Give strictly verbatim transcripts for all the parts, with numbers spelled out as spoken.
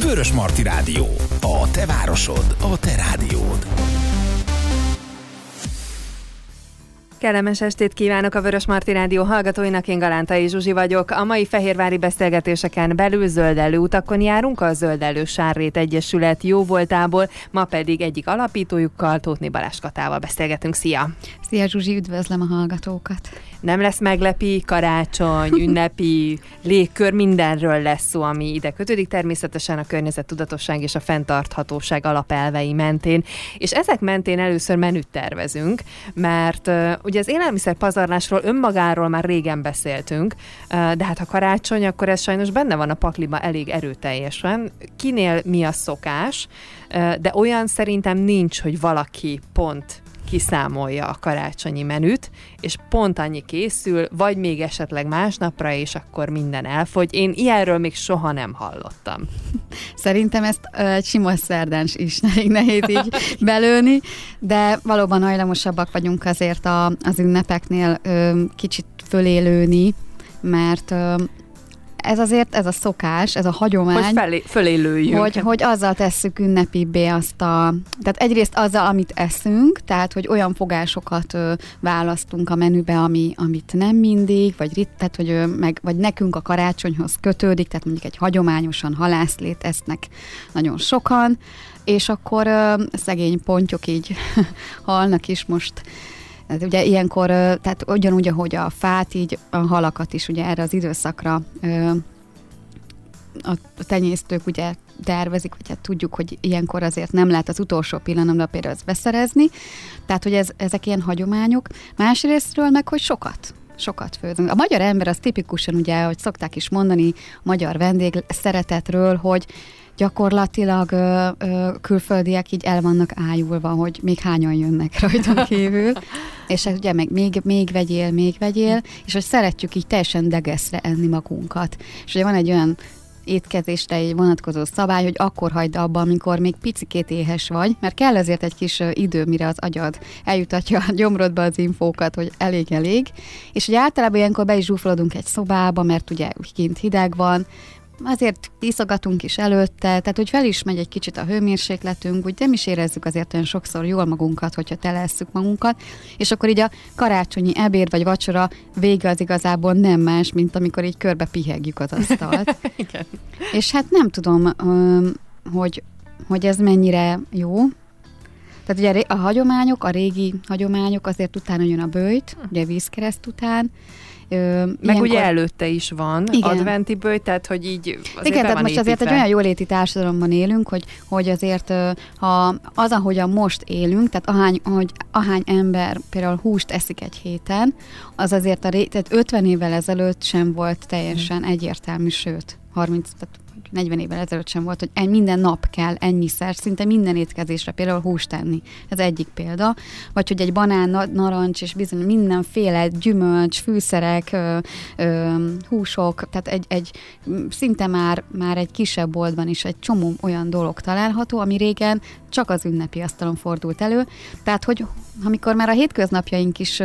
Vörösmarty Rádió. A te városod, a te rádiód. Kellemes estét kívánok a Vörösmarty Rádió hallgatóinak, én Galántai Zsuzsi vagyok. A mai fehérvári beszélgetéseken belül zöldellő utakon járunk, a Zöldellő Sárrét Egyesület jóvoltából, ma pedig egyik alapítójukkal, Tóthné Balázs Katával beszélgetünk. Szia! Szia Zsuzsi, üdvözlöm a hallgatókat! Nem lesz meglepi, karácsony, ünnepi légkör, mindenről lesz szó, ami ide kötődik, természetesen a környezettudatosság és a fenntarthatóság alapelvei mentén. És ezek mentén először menüt tervezünk, mert uh, ugye az élelmiszer pazarlásról önmagáról már régen beszéltünk, uh, de hát ha karácsony, akkor ez sajnos benne van a pakliba elég erőteljesen. Kinél mi a szokás, uh, de olyan szerintem nincs, hogy valaki pont kiszámolja a karácsonyi menüt, és pont annyi készül, vagy még esetleg másnapra, és akkor minden elfogy. Én ilyenről még soha nem hallottam. Szerintem ezt egy sima szerdán is elég nehéz így belőni, de valóban hajlamosabbak vagyunk azért a, az ünnepeknél ö, kicsit fölélőni, mert ö, ez azért, ez a szokás, ez a hagyomány, hogy felé, fölélőjünk. Hogy, hogy azzal tesszük ünnepibbé azt a... Tehát egyrészt azzal, amit eszünk, tehát hogy olyan fogásokat ö, választunk a menübe, ami, amit nem mindig, vagy, rit, tehát, hogy, ö, meg, vagy nekünk a karácsonyhoz kötődik, tehát mondjuk egy hagyományosan halászlét esznek nagyon sokan, és akkor ö, szegény pontyok így halnak is most. Hát ugye ilyenkor, tehát ugyanúgy, ahogy a fát, így a halakat is ugye erre az időszakra a tenyésztők ugye tervezik, hogy hát tudjuk, hogy ilyenkor azért nem lehet az utolsó pillanatban például ezt beszerezni, tehát hogy ez, ezek ilyen hagyományok. Másrésztről meg, hogy sokat. Sokat főzünk. A magyar ember az tipikusan ugye, hogy szokták is mondani a magyar vendég szeretetről, hogy gyakorlatilag ö, ö, külföldiek így el vannak ájulva, hogy még hányan jönnek rajtunk kívül, és ugye meg még, még vegyél, még vegyél, és hogy szeretjük így teljesen degeszre enni magunkat. És ugye van egy olyan étkezésre egy vonatkozó szabály, hogy akkor hagyd abba, amikor még picikét éhes vagy, mert kell azért egy kis idő, mire az agyad eljutatja a gyomrodba az infókat, hogy elég-elég. És ugye általában ilyenkor be is zsúfolodunk egy szobába, mert ugye kint hideg van, azért iszogatunk is előtte, tehát hogy fel is megy egy kicsit a hőmérsékletünk, úgy nem is érezzük azért olyan sokszor jól magunkat, hogyha telesszük magunkat, és akkor így a karácsonyi ebéd vagy vacsora vége az igazából nem más, mint amikor így körbe pihegjük az asztalt. Igen. És hát nem tudom, hogy, hogy ez mennyire jó. Tehát ugye a hagyományok, a régi hagyományok, azért utána jön a böjt, ugye vízkereszt után. Ö, Meg ilyenkor... ugye előtte is van igen. adventi böjt, tehát hogy így azért igen, tehát most építve. azért egy olyan jóléti társadalomban élünk, hogy, hogy azért ha az, ahogyan most élünk, tehát ahány, hogy ahány ember például húst eszik egy héten, az azért a ré... tehát ötven évvel ezelőtt sem volt teljesen hmm. egyértelmű, sőt, harminc, tehát negyven évvel ezelőtt sem volt, hogy minden nap kell ennyiszer, szinte minden étkezésre például húst tenni. Ez egyik példa. Vagy hogy egy banán, narancs és bizony mindenféle gyümölcs, fűszerek, ö, ö, húsok, tehát egy, egy szinte már, már egy kisebb boltban is egy csomó olyan dolog található, ami régen csak az ünnepi asztalon fordult elő. Tehát, hogy amikor már a hétköznapjaink is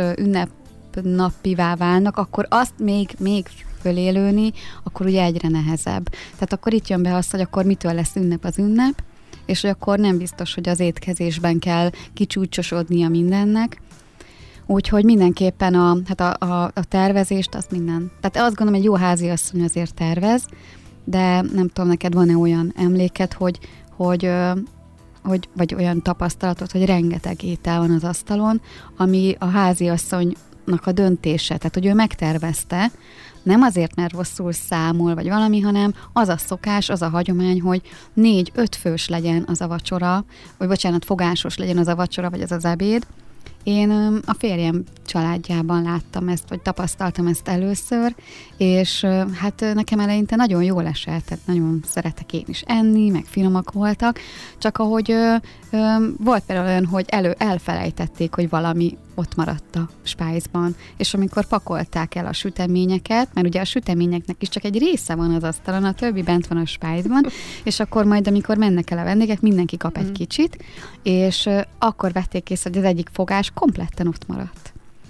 ünnepnappivá válnak, akkor azt még, még fölélőni, akkor ugye egyre nehezebb. Tehát akkor itt jön be az, hogy akkor mitől lesz ünnep az ünnep, és hogy akkor nem biztos, hogy az étkezésben kell kicsúcsosodnia mindennek. Úgyhogy mindenképpen a, hát a, a, a tervezést, az minden. Tehát azt gondolom, egy jó háziasszony azért tervez, de nem tudom, neked van-e olyan emléket, hogy, hogy, hogy vagy olyan tapasztalatod, hogy rengeteg étel van az asztalon, ami a háziasszonynak a döntése, tehát hogy ő megtervezte, nem azért, mert rosszul számol, vagy valami, hanem az a szokás, az a hagyomány, hogy négy-öt fős legyen az a vacsora, vagy bocsánat, fogásos legyen az a vacsora, vagy az az ebéd. Én a férjem családjában láttam ezt, vagy tapasztaltam ezt először, és hát nekem eleinte nagyon jól esett, tehát nagyon szeretek én is enni, meg finomak voltak, csak ahogy ö, ö, volt például olyan, hogy elő elfelejtették, hogy valami ott maradt a spájzban, és amikor pakolták el a süteményeket, mert ugye a süteményeknek is csak egy része van az asztalon, a többi bent van a spájzban, és akkor majd, amikor mennek el a vendégek, mindenki kap egy kicsit, és akkor vették észre, hogy az egyik fogás kompletten ott maradt.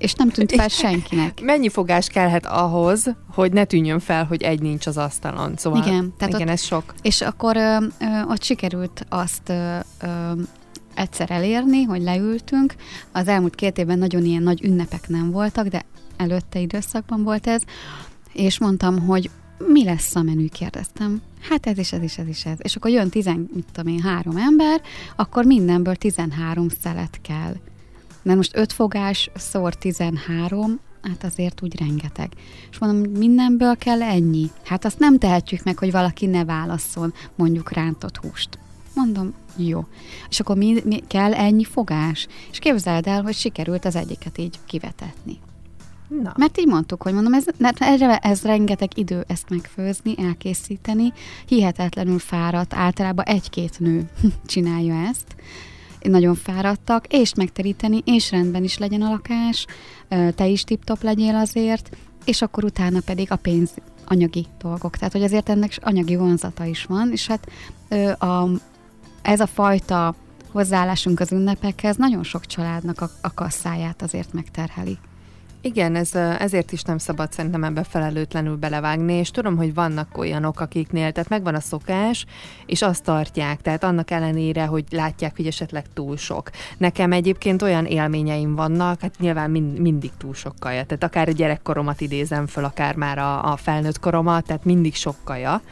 és nem tűnt fel senkinek. Mennyi fogás kellhet ahhoz, hogy ne tűnjön fel, hogy egy nincs az asztalon? Szóval igen, tehát igen ott, ez sok. És akkor ö, ö, ott sikerült azt ö, ö, egyszer elérni, hogy leültünk. Az elmúlt két évben nagyon ilyen nagy ünnepek nem voltak, de előtte időszakban volt ez, és mondtam, hogy mi lesz a menü, kérdeztem. Hát ez is, ez is, ez is, ez. És akkor jön tizen, mit tudom én, három ember, akkor mindenből tizenhárom szelet kell. De most öt fogás szor tizenhárom, hát azért úgy rengeteg. És mondom, mindenből kell ennyi. Hát azt nem tehetjük meg, hogy valaki ne válasszon mondjuk rántott húst. Mondom, jó. És akkor mi, mi kell ennyi fogás? És képzeld el, hogy sikerült az egyiket így kivetetni. Na. Mert így mondtuk, hogy mondom, ez, ez, ez rengeteg idő ezt megfőzni, elkészíteni, hihetetlenül fáradt, általában egy-két nő csinálja ezt, nagyon fáradtak, és megteríteni, és rendben is legyen a lakás, te is tip-top legyél azért, és akkor utána pedig a pénz, anyagi dolgok. Tehát, hogy azért ennek anyagi vonzata is van, és hát a, ez a fajta hozzáállásunk az ünnepekhez nagyon sok családnak a, a kasszáját azért megterheli. Igen, ez, ezért is nem szabad szerintem ebbe felelőtlenül belevágni, és tudom, hogy vannak olyanok, akiknél, tehát megvan a szokás, és azt tartják, tehát annak ellenére, hogy látják, hogy esetleg túl sok. Nekem egyébként olyan élményeim vannak, hát nyilván mind, mindig túl sok kaja, tehát akár a gyerekkoromat idézem föl, akár már a, a felnőtt koromat, tehát mindig sok kaja,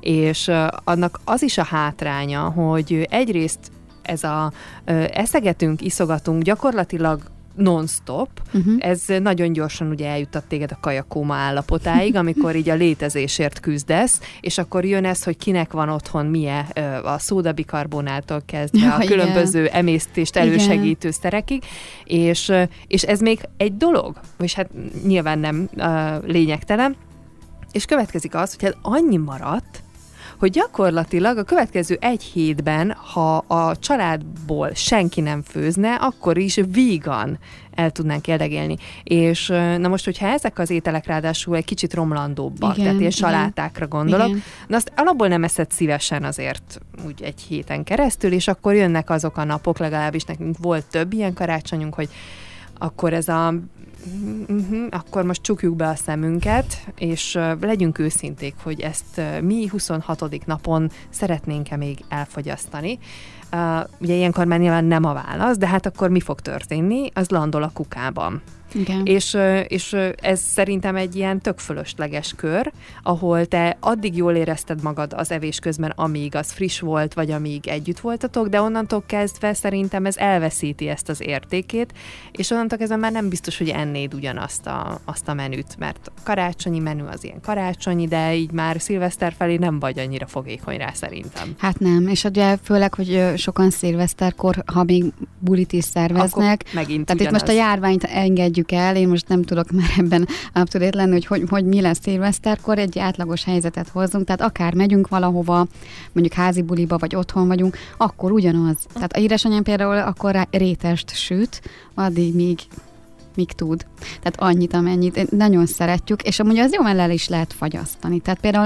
és annak az is a hátránya, hogy egyrészt ez a eszegetünk, iszogatunk gyakorlatilag non-stop, uh-huh. ez nagyon gyorsan ugye eljutat téged a kajakóma állapotáig, amikor így a létezésért küzdesz, és akkor jön ez, hogy kinek van otthon milyen a szódabikarbonától kezdve ja, a különböző igen. emésztést elősegítő igen. szerekig, és, és ez még egy dolog, és hát nyilván nem uh, lényegtelen, és következik az, hogy hát annyi maradt, hogy gyakorlatilag a következő egy hétben, ha a családból senki nem főzne, akkor is vígan el tudnánk érdegélni. És na most, hogyha ezek az ételek ráadásul egy kicsit romlandóbbak, igen, tehát ilyen salátákra gondolok, igen. na azt alapból nem eszed szívesen azért úgy egy héten keresztül, és akkor jönnek azok a napok, legalábbis nekünk volt több ilyen karácsonyunk, hogy akkor ez a Uh-huh, akkor most csukjuk be a szemünket, és uh, legyünk őszinték, hogy ezt uh, mi huszonhatodik napon szeretnénk-e még elfogyasztani. Uh, ugye ilyenkor már nyilván nem a válasz, de hát akkor mi fog történni? Az landol a kukában. Igen. És, és ez szerintem egy ilyen tök fölösleges kör, ahol te addig jól érezted magad az evés közben, amíg az friss volt, vagy amíg együtt voltatok, de onnantól kezdve szerintem ez elveszíti ezt az értékét, és onnantól kezdve már nem biztos, hogy ennéd ugyanazt a, azt a menüt, mert a karácsonyi menü az ilyen karácsonyi, de így már szilveszter felé nem vagy annyira fogékony rá szerintem. Hát nem, és ugye főleg, hogy sokan szilveszterkor, ha még bulit is szerveznek, akkor megint tehát ugyanaz. Itt most a járványt engedjük el, én most nem tudok már ebben up-to-date lenni, hogy, hogy hogy mi lesz szilveszterkor, egy átlagos helyzetet hozzunk, tehát akár megyünk valahova, mondjuk házi buliba, vagy otthon vagyunk, akkor ugyanaz. Tehát a édesanyám például akkor rétest süt, addig még míg tud. Tehát annyit, amennyit nagyon szeretjük, és amúgy az jó mellel is lehet fagyasztani. Tehát például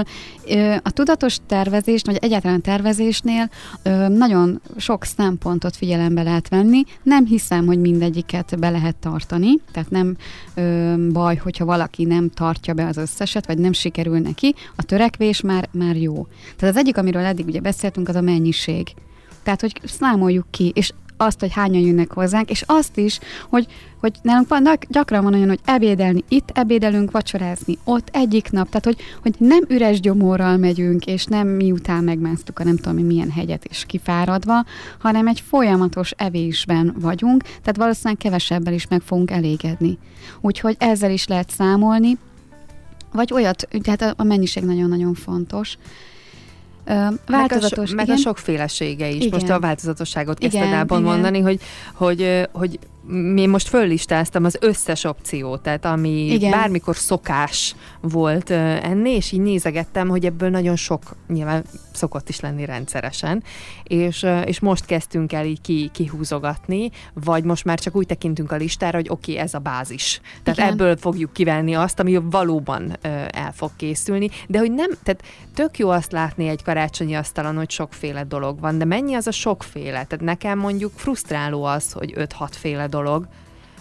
a tudatos tervezés, vagy egyáltalán tervezésnél nagyon sok szempontot figyelembe lehet venni. Nem hiszem, hogy mindegyiket be lehet tartani, tehát nem baj, hogyha valaki nem tartja be az összeset, vagy nem sikerül neki, a törekvés már, már jó. Tehát az egyik, amiről eddig ugye beszéltünk, az a mennyiség. Tehát, hogy számoljuk ki, és azt, hogy hányan jönnek hozzánk, és azt is, hogy, hogy nálunk van, gyakran van olyan, hogy ebédelni itt, ebédelünk, vacsorázni ott egyik nap, tehát hogy, hogy nem üres gyomorral megyünk, és nem miután megmásztuk a nem tudom milyen hegyet és kifáradva, hanem egy folyamatos evésben vagyunk, tehát valószínűleg kevesebbel is meg fogunk elégedni. Úgyhogy ezzel is lehet számolni, vagy olyat, tehát a mennyiség nagyon-nagyon fontos. Változatos, meg a, meg a sokfélesége is. Igen. Most a változatosságot kezdted el mondani, hogy, hogy, hogy én most föllistáztam az összes opciót, tehát ami igen. bármikor szokás volt enni, és így nézegettem, hogy ebből nagyon sok nyilván szokott is lenni rendszeresen, és, és most kezdtünk el így ki, kihúzogatni, vagy most már csak úgy tekintünk a listára, hogy oké, okay, ez a bázis. Tehát igen. ebből fogjuk kivenni azt, ami valóban el fog készülni, de hogy nem, tehát tök jó azt látni egy karácsonyi asztalon, hogy sokféle dolog van, de mennyi az a sokféle? Tehát nekem mondjuk frusztráló az, hogy öt-hat féle dolog,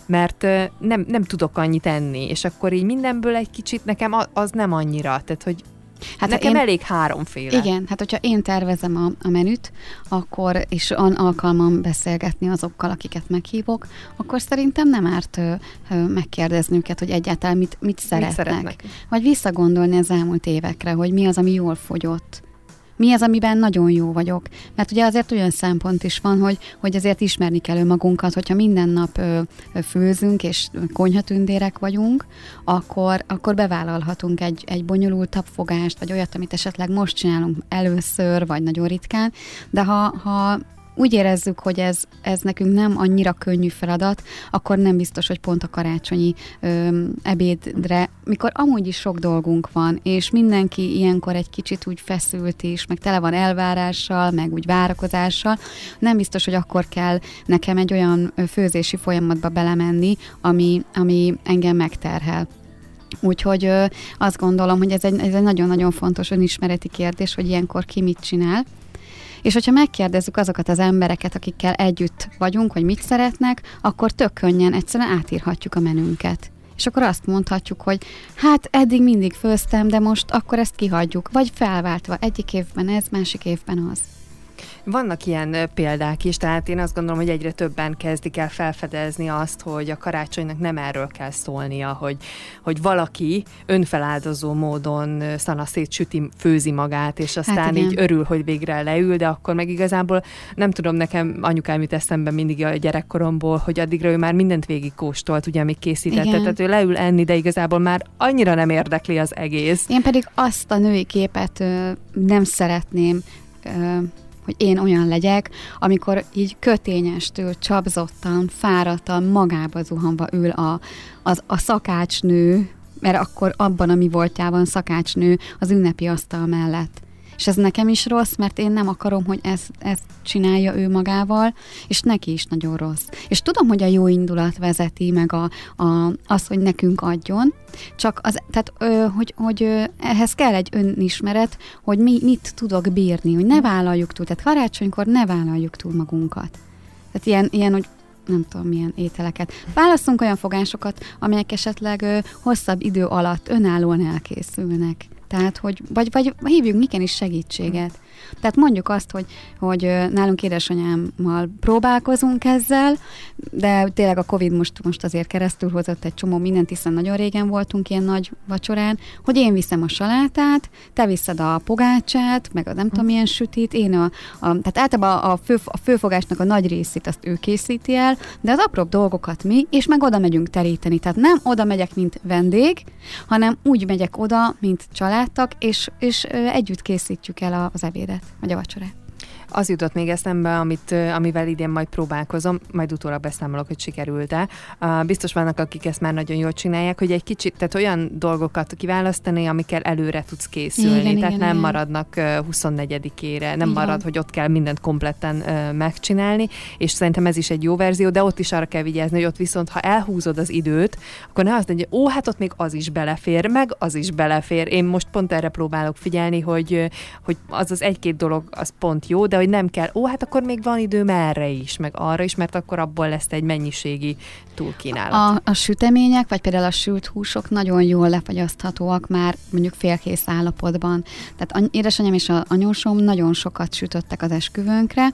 mert nem, nem tudok annyit enni, és akkor így mindenből egy kicsit nekem az nem annyira, tehát hogy hát nekem én, elég háromféle. Igen, hát hogyha én tervezem a, a menüt, akkor, és an alkalmam beszélgetni azokkal, akiket meghívok, akkor szerintem nem árt ö, ö, megkérdezni őket, hogy egyáltalán mit, mit, szeretnek. mit szeretnek. Vagy visszagondolni az elmúlt évekre, hogy mi az, ami jól fogyott. Mi az, amiben nagyon jó vagyok. Mert ugye azért olyan szempont is van, hogy, hogy azért ismerni kell önmagunkat, hogyha minden nap ö, ö, főzünk, és konyhatündérek vagyunk, akkor, akkor bevállalhatunk egy, egy bonyolultabb fogást, vagy olyat, amit esetleg most csinálunk először, vagy nagyon ritkán, de ha, ha úgy érezzük, hogy ez, ez nekünk nem annyira könnyű feladat, akkor nem biztos, hogy pont a karácsonyi ö, ebédre, mikor amúgy is sok dolgunk van, és mindenki ilyenkor egy kicsit úgy feszült is, meg tele van elvárással, meg úgy várakozással, nem biztos, hogy akkor kell nekem egy olyan főzési folyamatba belemenni, ami, ami engem megterhel. Úgyhogy ö, azt gondolom, hogy ez egy, ez egy nagyon-nagyon fontos önismereti kérdés, hogy ilyenkor ki mit csinál. És hogyha megkérdezzük azokat az embereket, akikkel együtt vagyunk, hogy mit szeretnek, akkor tök könnyen egyszerűen átírhatjuk a menünket. És akkor azt mondhatjuk, hogy hát eddig mindig főztem, de most akkor ezt kihagyjuk. Vagy felváltva, egyik évben ez, másik évben az. Vannak ilyen példák is, tehát én azt gondolom, hogy egyre többen kezdik el felfedezni azt, hogy a karácsonynak nem erről kell szólnia, hogy, hogy valaki önfeláldozó módon szanaszét süti, főzi magát, és aztán hát így örül, hogy végre leül, de akkor meg igazából nem tudom, nekem anyukám jut eszembe mindig a gyerekkoromból, hogy addigra ő már mindent végig kóstolt, ugye, amíg készítette, igen. Tehát ő leül enni, de igazából már annyira nem érdekli az egész. Én pedig azt a női képet ö, nem szeretném, ö, hogy én olyan legyek, amikor így kötényestől, csapzottan, fáradtan, magába zuhanva ül a, az, a szakácsnő, mert akkor abban a mi voltjában szakácsnő az ünnepi asztal mellett. És ez nekem is rossz, mert én nem akarom, hogy ezt, ezt csinálja ő magával, és neki is nagyon rossz. És tudom, hogy a jó indulat vezeti, meg a, a, az, hogy nekünk adjon, csak az, tehát, ö, hogy, hogy ö, ehhez kell egy önismeret, hogy mi mit tudok bírni, hogy ne vállaljuk túl, tehát karácsonykor ne vállaljuk túl magunkat. Tehát ilyen, ilyen hogy nem tudom milyen ételeket. Válasszunk olyan fogásokat, amelyek esetleg ö, hosszabb idő alatt önállóan elkészülnek. Tehát, hogy, vagy, vagy hívjunk igenis segítséget. Tehát mondjuk azt, hogy, hogy nálunk édesanyámmal próbálkozunk ezzel, de tényleg a Covid most, most azért keresztül hozott egy csomó mindent, hiszen nagyon régen voltunk ilyen nagy vacsorán, hogy én viszem a salátát, te viszed a pogácsát, meg a nem tudom milyen sütit, én a, a tehát általában a, fő, a főfogásnak a nagy részét azt ő készíti el, de az apróbb dolgokat mi, és meg oda megyünk teríteni. Tehát nem oda megyek, mint vendég, hanem úgy megyek oda, mint családtag, és, és együtt készítjük el az ebédet, vagy a vacsorát. Az jutott még eszembe, amit, amivel idén majd próbálkozom, majd utólag beszámolok, hogy sikerült-e. Biztos vannak, akik ezt már nagyon jól csinálják, hogy egy kicsit, tehát olyan dolgokat kiválasztani, amikkel előre tudsz készülni. Igen, tehát igen, nem igen. maradnak huszonnegyedikére, nem igen. marad, hogy ott kell mindent kompletten megcsinálni, és szerintem ez is egy jó verzió, de ott is arra kell vigyázni, hogy ott viszont, ha elhúzod az időt, akkor ne azt mondja, ó, hát ott még az is belefér, meg az is belefér. Én most pont erre próbálok figyelni, hogy, hogy az az egy-két dolog, az pont jó, de hogy nem kell, ó, hát akkor még van időm erre is, meg arra is, mert akkor abból lesz egy mennyiségi túlkínálat. A, a sütemények, vagy például a sült húsok nagyon jól lefagyaszthatóak már mondjuk félkész állapotban. Tehát édesanyám és a anyósom nagyon sokat sütöttek az esküvőnkre,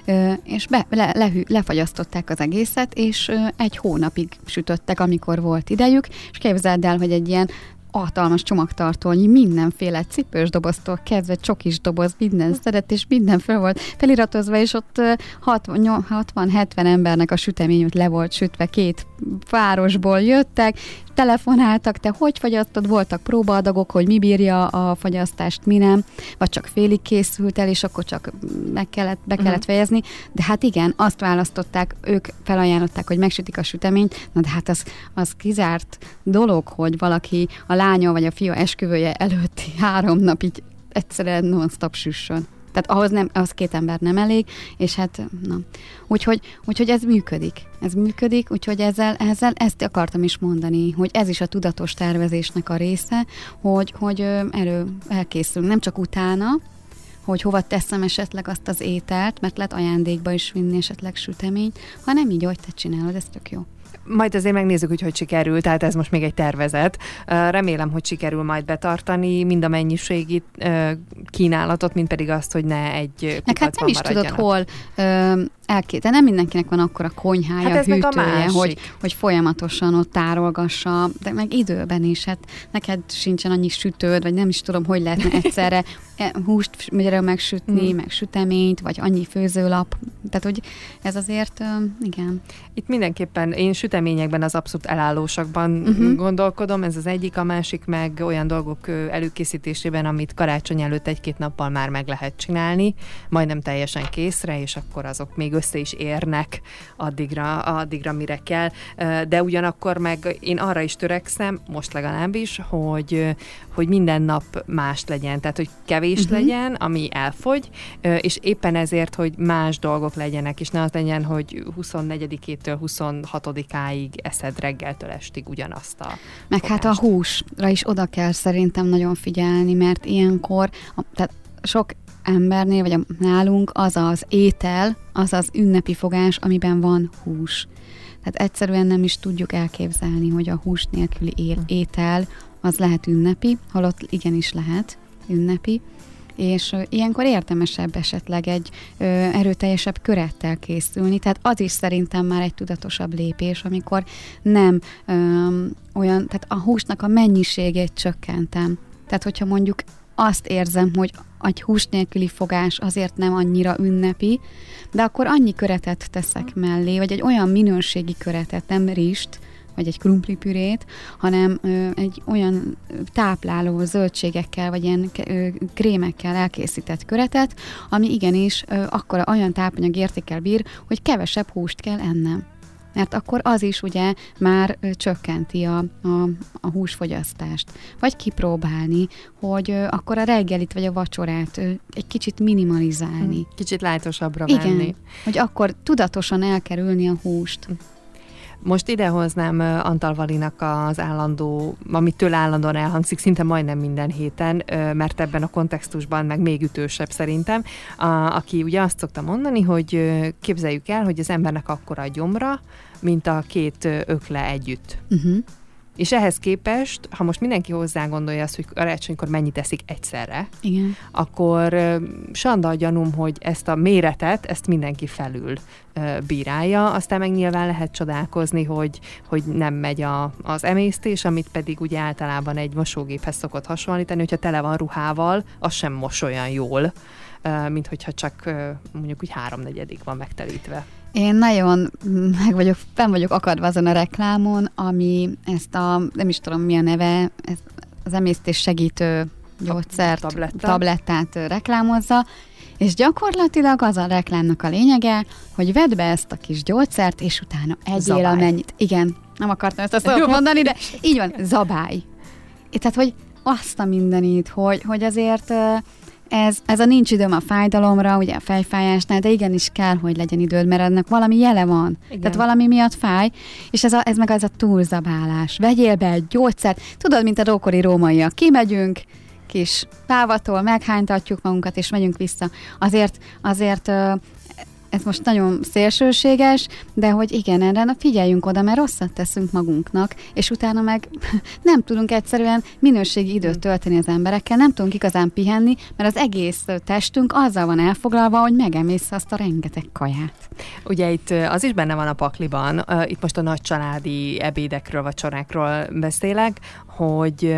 és be, le, lehű, lefagyasztották az egészet, és egy hónapig sütöttek, amikor volt idejük, és képzeld el, hogy egy ilyen hatalmas csomagtartónyi, mindenféle cipős doboztól kezdve csokis doboz, minden szeret, és minden fel volt feliratozva, és ott hatvan-hetven embernek a süteményük le volt sütve, két városból jöttek, telefonáltak, te hogy fagyasztod, voltak próbaadagok, hogy mi bírja a fagyasztást, mi nem, vagy csak félig készült el, és akkor csak meg kellett, be kellett uh-huh. fejezni, de hát igen, azt választották, ők felajánlották, hogy megsütik a süteményt, na de hát az, az kizárt dolog, hogy valaki a lánya vagy a fia esküvője előtti három napig egyszerűen non-stop süssön. Tehát ahhoz nem, az két ember nem elég, és hát na. Úgyhogy, úgyhogy ez működik. Ez működik, úgyhogy ezzel, ezzel ezt akartam is mondani, hogy ez is a tudatos tervezésnek a része, hogy, hogy elő elkészülünk, nem csak utána, hogy hova teszem esetleg azt az ételt, mert lehet ajándékba is vinni esetleg süteményt, hanem így, hogy te csinálod, ez tök jó. Majd azért megnézzük, hogy hogy sikerül, tehát ez most még egy tervezet. Remélem, hogy sikerül majd betartani mind a mennyiségi kínálatot, mint pedig azt, hogy ne egy kupacban hát nem is maradjanak. tudod, hol ö, elké... de nem mindenkinek van akkor a konyhája, hát hűtője, hogy, hogy folyamatosan ott tárolgassa, de meg időben is, hát neked sincsen annyi sütőd, vagy nem is tudom, hogy lehetne egyszerre húst megsütni, mm. meg süteményt, vagy annyi főzőlap, tehát hogy ez azért, igen. Itt mindenképpen én süteményekben az abszolút elállósakban uh-huh. gondolkodom, ez az egyik, a másik meg olyan dolgok előkészítésében, amit karácsony előtt egy-két nappal már meg lehet csinálni, majdnem teljesen készre, és akkor azok még össze is érnek addigra, addigra mire kell, de ugyanakkor meg én arra is törekszem, most legalábbis, hogy, hogy minden nap más legyen, tehát hogy kevés uh-huh. legyen, ami elfogy, és éppen ezért, hogy más dolgok legyenek, és ne az legyen, hogy huszonnegyedikétől huszonhatodikáig eszed reggeltől estig ugyanazt a Meg fogást. Hát a húsra is oda kell szerintem nagyon figyelni, mert ilyenkor, tehát sok embernél, vagy a, nálunk az az étel, az az ünnepi fogás, amiben van hús. Tehát egyszerűen nem is tudjuk elképzelni, hogy a hús nélküli é- étel az lehet ünnepi, holott igenis lehet ünnepi, és ö, ilyenkor érdemesebb esetleg egy ö, erőteljesebb körettel készülni, tehát az is szerintem már egy tudatosabb lépés, amikor nem ö, olyan, tehát a húsnak a mennyiségét csökkentem. Tehát, hogyha mondjuk azt érzem, hogy egy hús nélküli fogás azért nem annyira ünnepi, de akkor annyi köretet teszek mellé, vagy egy olyan minőségi köretet, nem rist, vagy egy krumplipürét, hanem ö, egy olyan tápláló zöldségekkel, vagy ilyen ö, krémekkel elkészített köretet, ami igenis ö, akkora olyan tápanyag értékkel bír, hogy kevesebb húst kell ennem. Mert akkor az is ugye már ö, csökkenti a, a, a húsfogyasztást. Vagy kipróbálni, hogy ö, akkor a reggelit vagy a vacsorát ö, egy kicsit minimalizálni. Kicsit lájtosabbra Igen, venni. hogy akkor tudatosan elkerülni a húst. Most idehoznám Antal Valinak az állandó, amit tőle állandóan elhangzik, szinte majdnem minden héten, mert ebben a kontextusban meg még ütősebb szerintem, a, aki ugye azt szokta mondani, hogy képzeljük el, hogy az embernek akkora a gyomra, mint a két ökle együtt. Uh-huh. És ehhez képest, ha most mindenki hozzá gondolja azt, hogy karácsonykor mennyit eszik egyszerre, igen, akkor uh, sanda a gyanúm, hogy ezt a méretet, ezt mindenki felül uh, bírálja, aztán meg nyilván lehet csodálkozni, hogy, hogy nem megy a, az emésztés, amit pedig ugye általában egy mosógéphez szokott hasonlítani, hogyha tele van ruhával, az sem mos olyan jól, uh, mint hogyha csak uh, mondjuk úgy háromnegyedig van megtelítve. Én nagyon meg vagyok, fenn vagyok akadva azon a reklámon, ami ezt a, nem is tudom mi a neve, ezt az emésztés segítő gyógyszert, tabletta. tablettát reklámozza, és gyakorlatilag az a reklámnak a lényege, hogy vedd be ezt a kis gyógyszert, és utána egyél amennyit. Igen, nem akartam ezt a szót mondani, de így van, zabály. Tehát, hogy azt a mindenit, hogy, hogy azért... Ez, ez a nincs időm a fájdalomra, ugye a fejfájásnál, de igenis kell, hogy legyen időd, mert ennek valami jele van. Igen. Tehát valami miatt fáj, és ez, a, ez meg az a túlzabálás. Vegyél be egy gyógyszert, tudod, mint a ókori rómaiak, kimegyünk, kis pávatól meghánytatjuk magunkat, és megyünk vissza. Azért, azért ez most nagyon szélsőséges, de hogy igen, erre figyeljünk oda, mert rosszat teszünk magunknak, és utána meg nem tudunk egyszerűen minőségi időt tölteni az emberekkel, nem tudunk igazán pihenni, mert az egész testünk azzal van elfoglalva, hogy megemész azt a rengeteg kaját. Ugye itt az is benne van a pakliban, itt most a nagy családi ebédekről, vacsorákról beszélek, hogy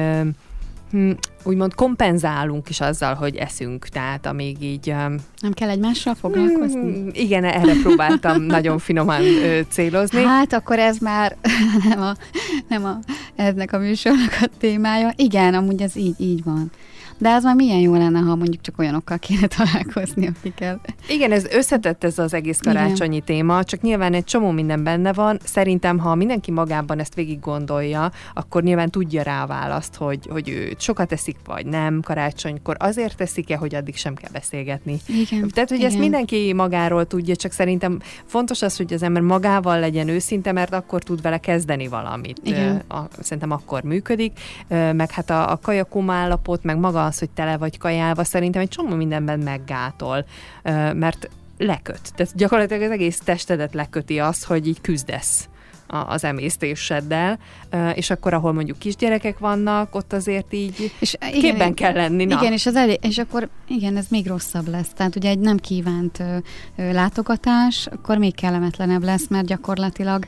Hm, úgymond kompenzálunk is azzal, hogy eszünk, tehát amíg így... Nem kell egymással foglalkozni? Mm, igen, erre próbáltam nagyon finoman ö, célozni. Hát akkor ez már nem, a, nem a, eznek a műsornak a témája. Igen, amúgy ez így, így van. De az már milyen jó lenne, ha mondjuk csak olyanokkal kéne találkozni, akikkel... Igen, ez összetett ez az egész karácsonyi igen. téma, csak nyilván egy csomó minden benne van. Szerintem, ha mindenki magában ezt végig gondolja, akkor nyilván tudja rá a választ, hogy, hogy ő sokat eszik, vagy nem karácsonykor. Azért teszik-e, hogy addig sem kell beszélgetni. Igen. Tehát, hogy igen. ezt mindenki magáról tudja, csak szerintem fontos az, hogy az ember magával legyen őszinte, mert akkor tud vele kezdeni valamit. Igen. A, szerintem akkor működik. Meg hát a, a kajakoma állapot, meg maga az, hogy tele vagy kajálva, szerintem egy csomó mindenben meggátol, mert leköt. Tehát gyakorlatilag az egész testedet leköti az, hogy így küzdesz az emésztéseddel, és akkor, ahol mondjuk kisgyerekek vannak, ott azért így és igen, képben kell lenni. Na. Igen, és, az elé- és akkor igen, ez még rosszabb lesz. Tehát ugye egy nem kívánt ö, ö, látogatás, akkor még kellemetlenebb lesz, mert gyakorlatilag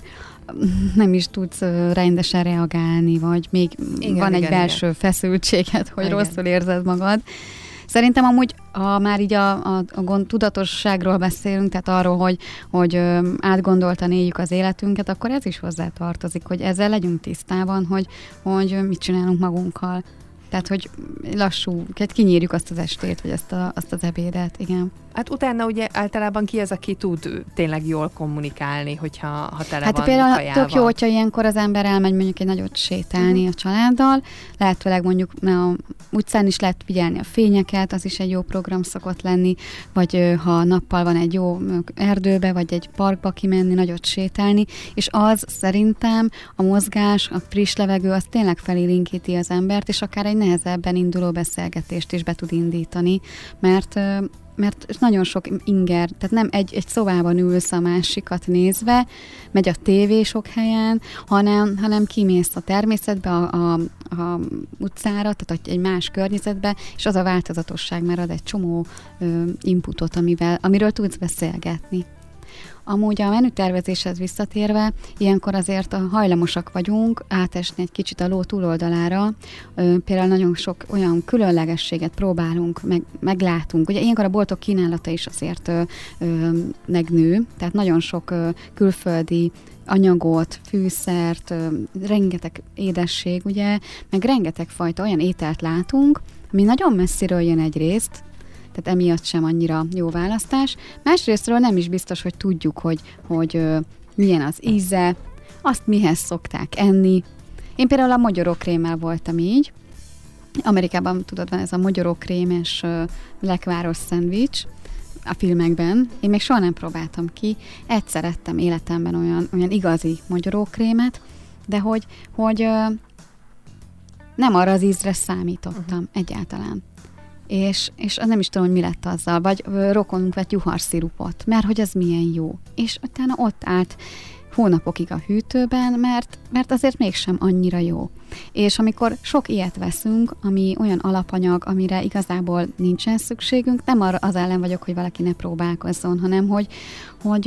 nem is tudsz ö, rendesen reagálni, vagy még igen, van igen, egy belső igen. feszültséget, hogy igen. rosszul érzed magad. Szerintem amúgy, ha már így a, a, a gond, tudatosságról beszélünk, tehát arról, hogy, hogy ö, átgondoltan éljük az életünket, akkor ez is hozzá tartozik, hogy ezzel legyünk tisztában, hogy, hogy mit csinálunk magunkkal. Tehát, hogy lassú, kinyírjuk azt az estét, vagy azt, a, azt az ebédet, igen. Hát utána ugye általában ki az, aki tud tényleg jól kommunikálni, hogyha ha tele hát van például kajával. tök jó, hogyha ilyenkor az ember elmegy mondjuk egy nagyot sétálni uh-huh. a családdal, lehetőleg mondjuk a utcán is lehet figyelni a fényeket, az is egy jó program szokott lenni, vagy ha nappal van egy jó erdőbe, vagy egy parkba kimenni, nagyot sétálni, és az szerintem a mozgás, a friss levegő, az tényleg felélénkíti az embert, és akár egy nehezebben induló beszélgetést is be tud indítani, mert mert nagyon sok inger, tehát nem egy, egy szobában ülsz a másikat nézve, megy a tévé sok helyen, hanem, hanem kimész a természetbe, a, a, a utcára, tehát egy más környezetbe, és az a változatosság már ad egy csomó ö, inputot, amivel, amiről tudsz beszélgetni. Amúgy a menütervezéshez visszatérve, ilyenkor azért hajlamosak vagyunk átesni egy kicsit a ló túloldalára. Például nagyon sok olyan különlegességet próbálunk, meg, meglátunk. Ugye ilyenkor a boltok kínálata is azért ö, ö, megnő, tehát nagyon sok ö, külföldi anyagot, fűszert, ö, rengeteg édesség, ugye, meg rengeteg fajta olyan ételt látunk, ami nagyon messziről jön egyrészt, tehát emiatt sem annyira jó választás. Másrésztről nem is biztos, hogy tudjuk, hogy, hogy ö, milyen az íze, azt mihez szokták enni. Én például a mogyorókrémmel voltam így. Amerikában, tudod, van ez a mogyorókrémes ö, lekváros szendvics a filmekben. Én még soha nem próbáltam ki. Egyszer ettem életemben olyan, olyan igazi mogyorókrémet, de hogy, hogy ö, nem arra az ízre számítottam uh-huh. egyáltalán. És, és nem is tudom, hogy mi lett azzal, vagy rokonunk vett juharszirupot, mert hogy az milyen jó. És utána ott állt hónapokig a hűtőben, mert, mert azért mégsem annyira jó. És amikor sok ilyet veszünk, ami olyan alapanyag, amire igazából nincsen szükségünk, nem arra az ellen vagyok, hogy valaki ne próbálkozzon, hanem hogy, hogy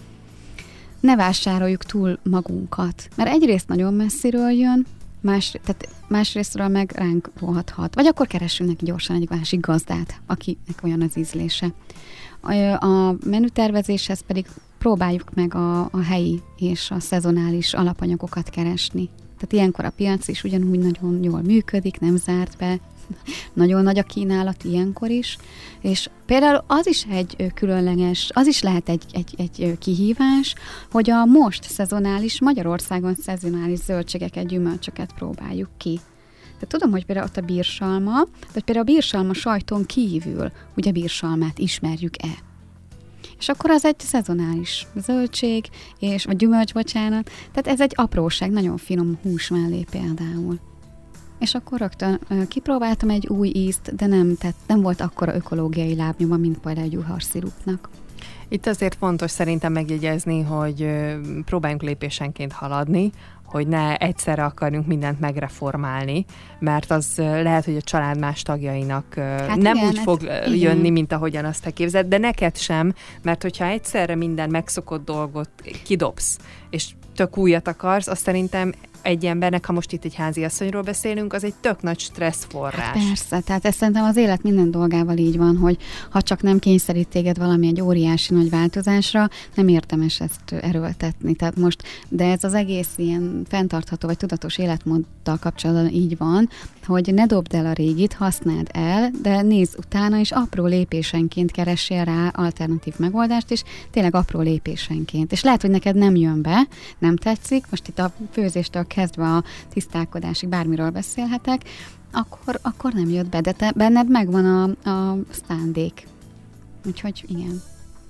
ne vásároljuk túl magunkat. Mert egyrészt nagyon messziről jön, Más, tehát másrésztről meg ránk rohadhat. Vagy akkor keressünk neki gyorsan egy másik gazdát, akinek olyan az ízlése. A, a menütervezéshez pedig próbáljuk meg a, a helyi és a szezonális alapanyagokat keresni. Tehát ilyenkor a piac is ugyanúgy nagyon jól működik, nem zárt be. Nagyon nagy a kínálat ilyenkor is, és például az is egy különleges, az is lehet egy, egy, egy kihívás, hogy a most szezonális, Magyarországon szezonális zöldségeket, gyümölcsöket próbáljuk ki. De tudom, hogy például ott a bírsalma, vagy például a bírsalma sajton kívül, ugye bírsalmát ismerjük-e. És akkor az egy szezonális zöldség, és, vagy gyümölcs, bocsánat, tehát ez egy apróság, nagyon finom hús mellé például. És akkor rögtön kipróbáltam egy új ízt, de nem, tehát nem volt akkora ökológiai lábnyoma, mint például egy juharszirupnak. Itt azért fontos szerintem megjegyezni, hogy próbáljunk lépésenként haladni, hogy ne egyszerre akarjunk mindent megreformálni, mert az lehet, hogy a család más tagjainak hát nem igen, úgy fog hát, jönni, igen. mint ahogyan azt te képzeld, de neked sem, mert hogyha egyszerre minden megszokott dolgot kidobsz, és tök újat akarsz, azt szerintem egy embernek, ha most itt egy háziasszonyról beszélünk, az egy tök nagy stressz-forrás. Hát persze, tehát ez szerintem az élet minden dolgával így van, hogy ha csak nem kényszerít téged valami egy óriási nagy változásra, nem érdemes ezt erőltetni. Tehát most, de ez az egész ilyen fenntartható vagy tudatos életmóddal kapcsolatban így van, hogy ne dobd el a régit, használd el, de nézz utána, és apró lépésenként keressél rá alternatív megoldást, és tényleg apró lépésenként. És lehet, hogy neked nem jön be, nem tetszik, most itt a főzéstől kezdve a tisztálkodásig bármiről beszélhetek, akkor, akkor nem jött be, de te, benned megvan a, a szándék. Úgyhogy igen.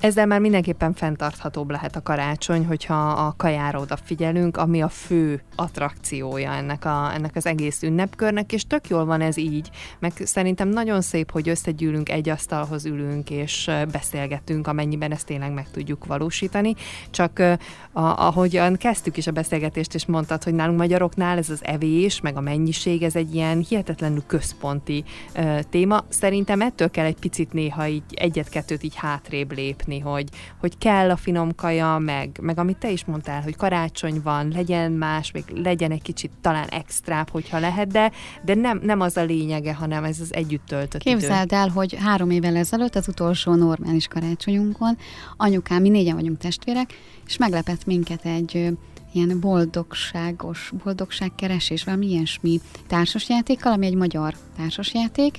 Ezzel már mindenképpen fenntarthatóbb lehet a karácsony, hogyha a kajára odafigyelünk, ami a fő attrakciója ennek, a, ennek az egész ünnepkörnek, és tök jól van ez így, meg szerintem nagyon szép, hogy összegyűlünk, egy asztalhoz ülünk, és beszélgetünk, amennyiben ezt tényleg meg tudjuk valósítani. Csak a, ahogyan kezdtük is a beszélgetést, és mondtad, hogy nálunk magyaroknál ez az evés, meg a mennyiség, ez egy ilyen hihetetlenül központi uh, téma. Szerintem ettől kell egy picit néha így egyet-kettőt így hátrébb lépni, hogy, hogy kell a finom kaja, meg, meg amit te is mondtál, hogy karácsony van, legyen más, még legyen egy kicsit talán extrább, hogyha lehet, de, de nem, nem az a lényege, hanem ez az együtt töltött idő. Képzeld el, hogy három évvel ezelőtt az utolsó normális karácsonyunkon anyukám, mi négyen vagyunk testvérek, és meglepett minket egy ilyen boldogságos, boldogságkeresés, valami ilyesmi társasjátékkal, ami egy magyar társasjáték,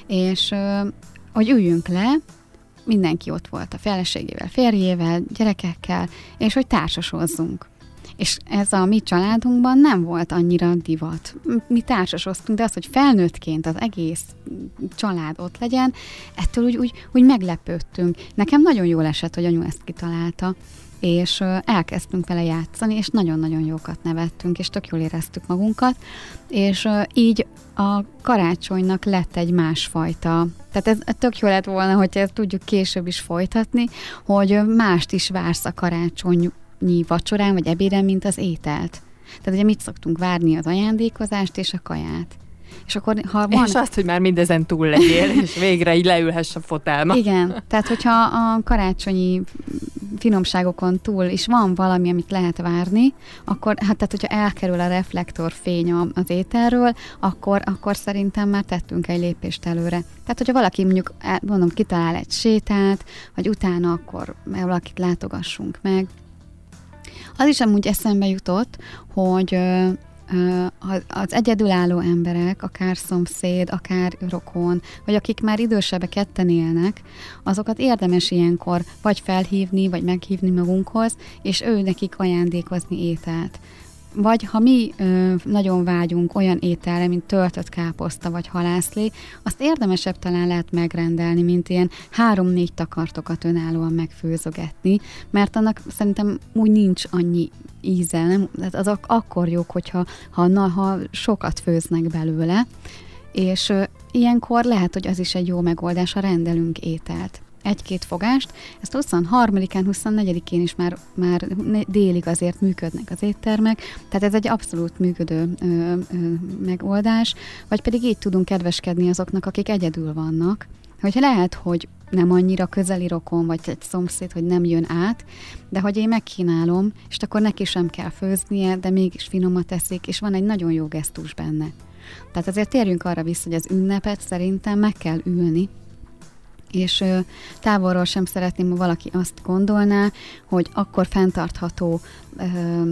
és hogy üljünk le, mindenki ott volt a feleségével, férjével, gyerekekkel, és hogy társasozzunk. És ez a mi családunkban nem volt annyira divat. Mi társasoztunk, de az, hogy felnőttként az egész család ott legyen, ettől úgy, úgy, úgy meglepődtünk. Nekem nagyon jól esett, hogy anyu ezt kitalálta, és elkezdtünk vele játszani, és nagyon-nagyon jókat nevettünk, és tök jól éreztük magunkat, és így a karácsonynak lett egy másfajta, tehát ez tök jó lett volna, hogyha ezt tudjuk később is folytatni, hogy mást is vársz a karácsonyi vacsorán, vagy ebéden, mint az ételt. Tehát ugye mit szoktunk várni? Az ajándékozást és a kaját. És, akkor, ha van... és azt, hogy már mindezen túl legyél, és végre így leülhess a fotelma. Igen, tehát hogyha a karácsonyi finomságokon túl is van valami, amit lehet várni, akkor, hát tehát hogyha elkerül a reflektorfény az ételről, akkor, akkor szerintem már tettünk egy lépést előre. Tehát, hogyha valaki mondjuk, mondom, kitalál egy sétát, vagy utána akkor valakit látogassunk meg. Az is amúgy eszembe jutott, hogy az egyedülálló emberek, akár szomszéd, akár rokon, vagy akik már idősebbek ketten élnek, azokat érdemes ilyenkor vagy felhívni, vagy meghívni magunkhoz, és ő nekik ajándékozni ételt. Vagy ha mi ö, nagyon vágyunk olyan ételre, mint töltött káposzta vagy halászlé, azt érdemesebb talán lehet megrendelni, mint ilyen három-négy takartokat önállóan megfőzögetni, mert annak szerintem úgy nincs annyi íze, nem? Az akkor jók, hogyha ha, na, ha sokat főznek belőle, és ö, ilyenkor lehet, hogy az is egy jó megoldás, ha rendelünk ételt. Egy-két fogást, ezt huszonharmadikán, huszonnegyedikén is már, már délig azért működnek az éttermek, tehát ez egy abszolút működő ö, ö, megoldás, vagy pedig így tudunk kedveskedni azoknak, akik egyedül vannak, hogyha lehet, hogy nem annyira közeli rokon, vagy egy szomszéd, hogy nem jön át, de hogy én megkínálom, és akkor neki sem kell főznie, de mégis finomat teszik, és van egy nagyon jó gesztus benne. Tehát azért térjünk arra vissza, hogy az ünnepet szerintem meg kell ülni, és ö, távolról sem szeretném, ha valaki azt gondolná, hogy akkor fenntartható, ö,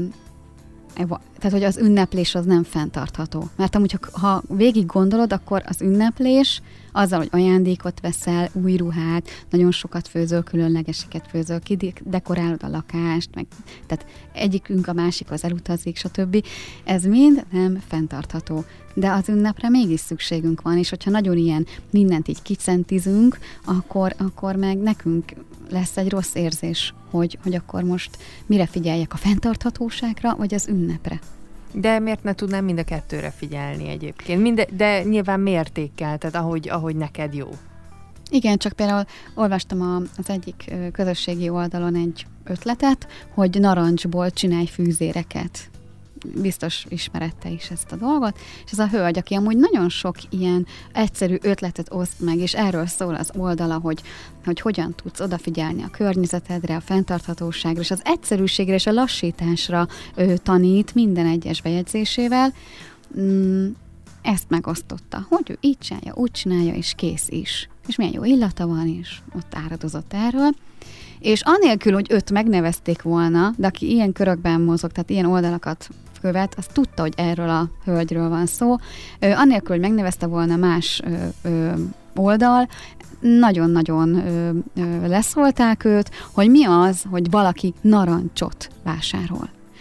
tehát hogy az ünneplés az nem fenntartható. Mert amúgy, ha, ha végig gondolod, akkor az ünneplés azzal, hogy ajándékot veszel, új ruhát, nagyon sokat főzöl, különlegeseket főzöl, kidekorálod a lakást, meg, tehát egyikünk a másikhoz elutazik, stb. Ez mind nem fenntartható. De az ünnepre mégis szükségünk van, és hogyha nagyon ilyen mindent így kicentizünk, akkor, akkor meg nekünk lesz egy rossz érzés, hogy, hogy akkor most mire figyeljek, a fenntarthatóságra, vagy az ünnepre. De miért ne tudnám mind a kettőre figyelni egyébként? Minde, de nyilván mértékkel, tehát ahogy, ahogy neked jó. Igen, csak például olvastam a, az egyik közösségi oldalon egy ötletet, hogy narancsból csinálj fűzéreket. Biztos ismerette is ezt a dolgot, és ez a hölgy, aki amúgy nagyon sok ilyen egyszerű ötletet oszt meg, és erről szól az oldala, hogy, hogy hogyan tudsz odafigyelni a környezetedre, a fenntarthatóságra, és az egyszerűségre és a lassításra ő tanít minden egyes bejegyzésével. Mm, ezt megosztotta, hogy ő így csinálja, úgy csinálja, és kész is. És milyen jó illata van, és ott áradozott erről. És anélkül, hogy őt megnevezték volna, de aki ilyen körökben mozog, tehát ilyen oldalakat követ, az tudta, hogy erről a hölgyről van szó. Ö, anélkül, hogy megnevezte volna más ö, ö, oldal, nagyon-nagyon ö, ö, leszólták őt, hogy mi az, hogy valaki narancsot vásárol.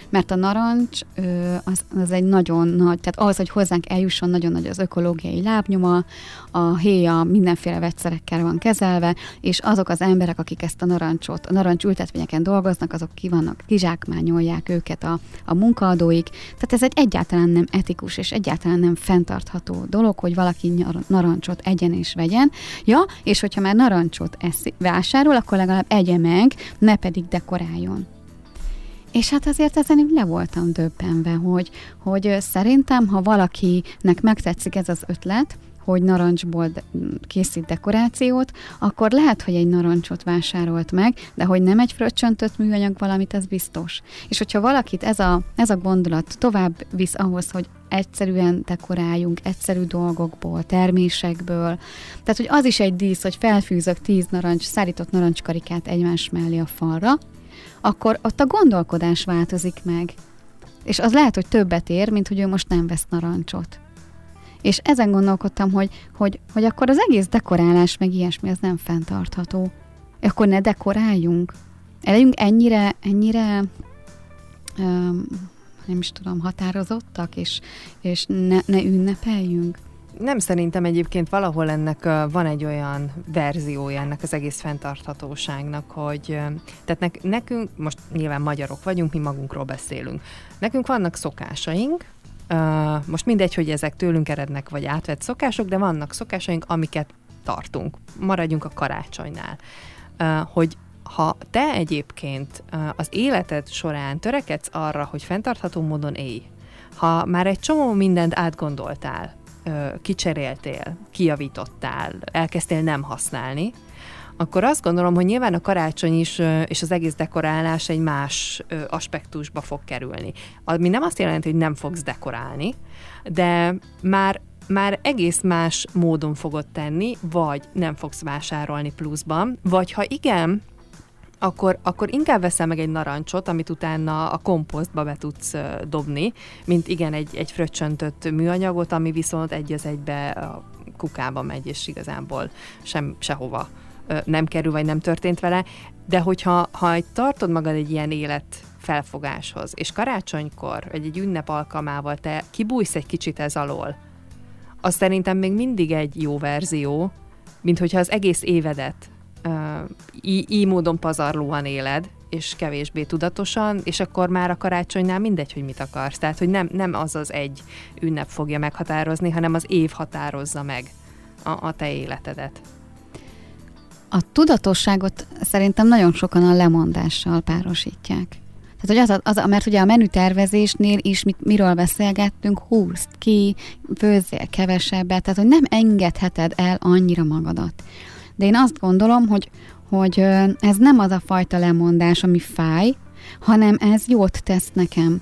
mert a narancs az, az egy nagyon nagy, tehát ahhoz, hogy hozzánk eljusson, nagyon nagy az ökológiai lábnyoma, a héja mindenféle vegyszerekkel van kezelve, és azok az emberek, akik ezt a narancsot, a narancs ültetvényeken dolgoznak, azok ki vannak, kizsákmányolják őket a, a munkaadóik. Tehát ez egy egyáltalán nem etikus, és egyáltalán nem fenntartható dolog, hogy valaki narancsot egyen és vegyen. Ja, és hogyha már narancsot eszi, vásárol, akkor legalább egye meg, ne pedig dekoráljon. És hát azért ezen le voltam döbbenve, hogy, hogy szerintem, ha valakinek megtetszik ez az ötlet, hogy narancsból készít dekorációt, akkor lehet, hogy egy narancsot vásárolt meg, de hogy nem egy fröccsöntött műanyag valamit, ez biztos. És hogyha valakit ez a, ez a gondolat tovább visz ahhoz, hogy egyszerűen dekoráljunk, egyszerű dolgokból, termésekből, tehát hogy az is egy dísz, hogy felfűzök tíz narancs, szárított narancskarikát egymás mellé a falra, akkor ott a gondolkodás változik meg. És az lehet, hogy többet ér, mint hogy ő most nem vesz narancsot. És ezen gondolkodtam, hogy, hogy, hogy akkor az egész dekorálás meg ilyesmi, az nem fenntartható. Akkor ne dekoráljunk. Legyünk ennyire, ennyire um, nem is tudom, határozottak, és, és ne, ne ünnepeljünk. Nem, szerintem egyébként valahol ennek uh, van egy olyan verziója ennek az egész fenntarthatóságnak, hogy uh, tehát nek, nekünk, most nyilván magyarok vagyunk, mi magunkról beszélünk. Nekünk vannak szokásaink, uh, most mindegy, hogy ezek tőlünk erednek, vagy átvett szokások, de vannak szokásaink, amiket tartunk. Maradjunk a karácsonynál. Uh, hogy ha te egyébként uh, az életed során törekedsz arra, hogy fenntartható módon élj, ha már egy csomó mindent átgondoltál, kicseréltél, kijavítottál, elkezdtél nem használni, akkor azt gondolom, hogy nyilván a karácsony is, és az egész dekorálás egy más aspektusba fog kerülni. Ami nem azt jelenti, hogy nem fogsz dekorálni, de már, már egész más módon fogod tenni, vagy nem fogsz vásárolni pluszban, vagy ha igen, Akkor, akkor inkább veszel meg egy narancsot, amit utána a komposztba be tudsz dobni, mint igen, egy, egy fröccsöntött műanyagot, ami viszont egy az egybe a kukába megy, és igazából sem, sehova nem kerül, vagy nem történt vele. De hogyha ha tartod magad egy ilyen életfelfogáshoz, és karácsonykor, vagy egy ünnep alkalmával te kibújsz egy kicsit ez alól, az szerintem még mindig egy jó verzió, mint hogyha az egész évedet Uh, így, így módon pazarlóan éled, és kevésbé tudatosan, és akkor már a karácsonynál mindegy, hogy mit akarsz. Tehát, hogy nem, nem az az egy ünnep fogja meghatározni, hanem az év határozza meg a, a te életedet. A tudatosságot szerintem nagyon sokan a lemondással párosítják. Tehát, hogy az, az, mert ugye a menütervezésnél is mit, miről beszélgettünk, húzd ki, főzzél kevesebbet, tehát, hogy nem engedheted el annyira magadat. De én azt gondolom, hogy, hogy ez nem az a fajta lemondás, ami fáj, hanem ez jót tesz nekem.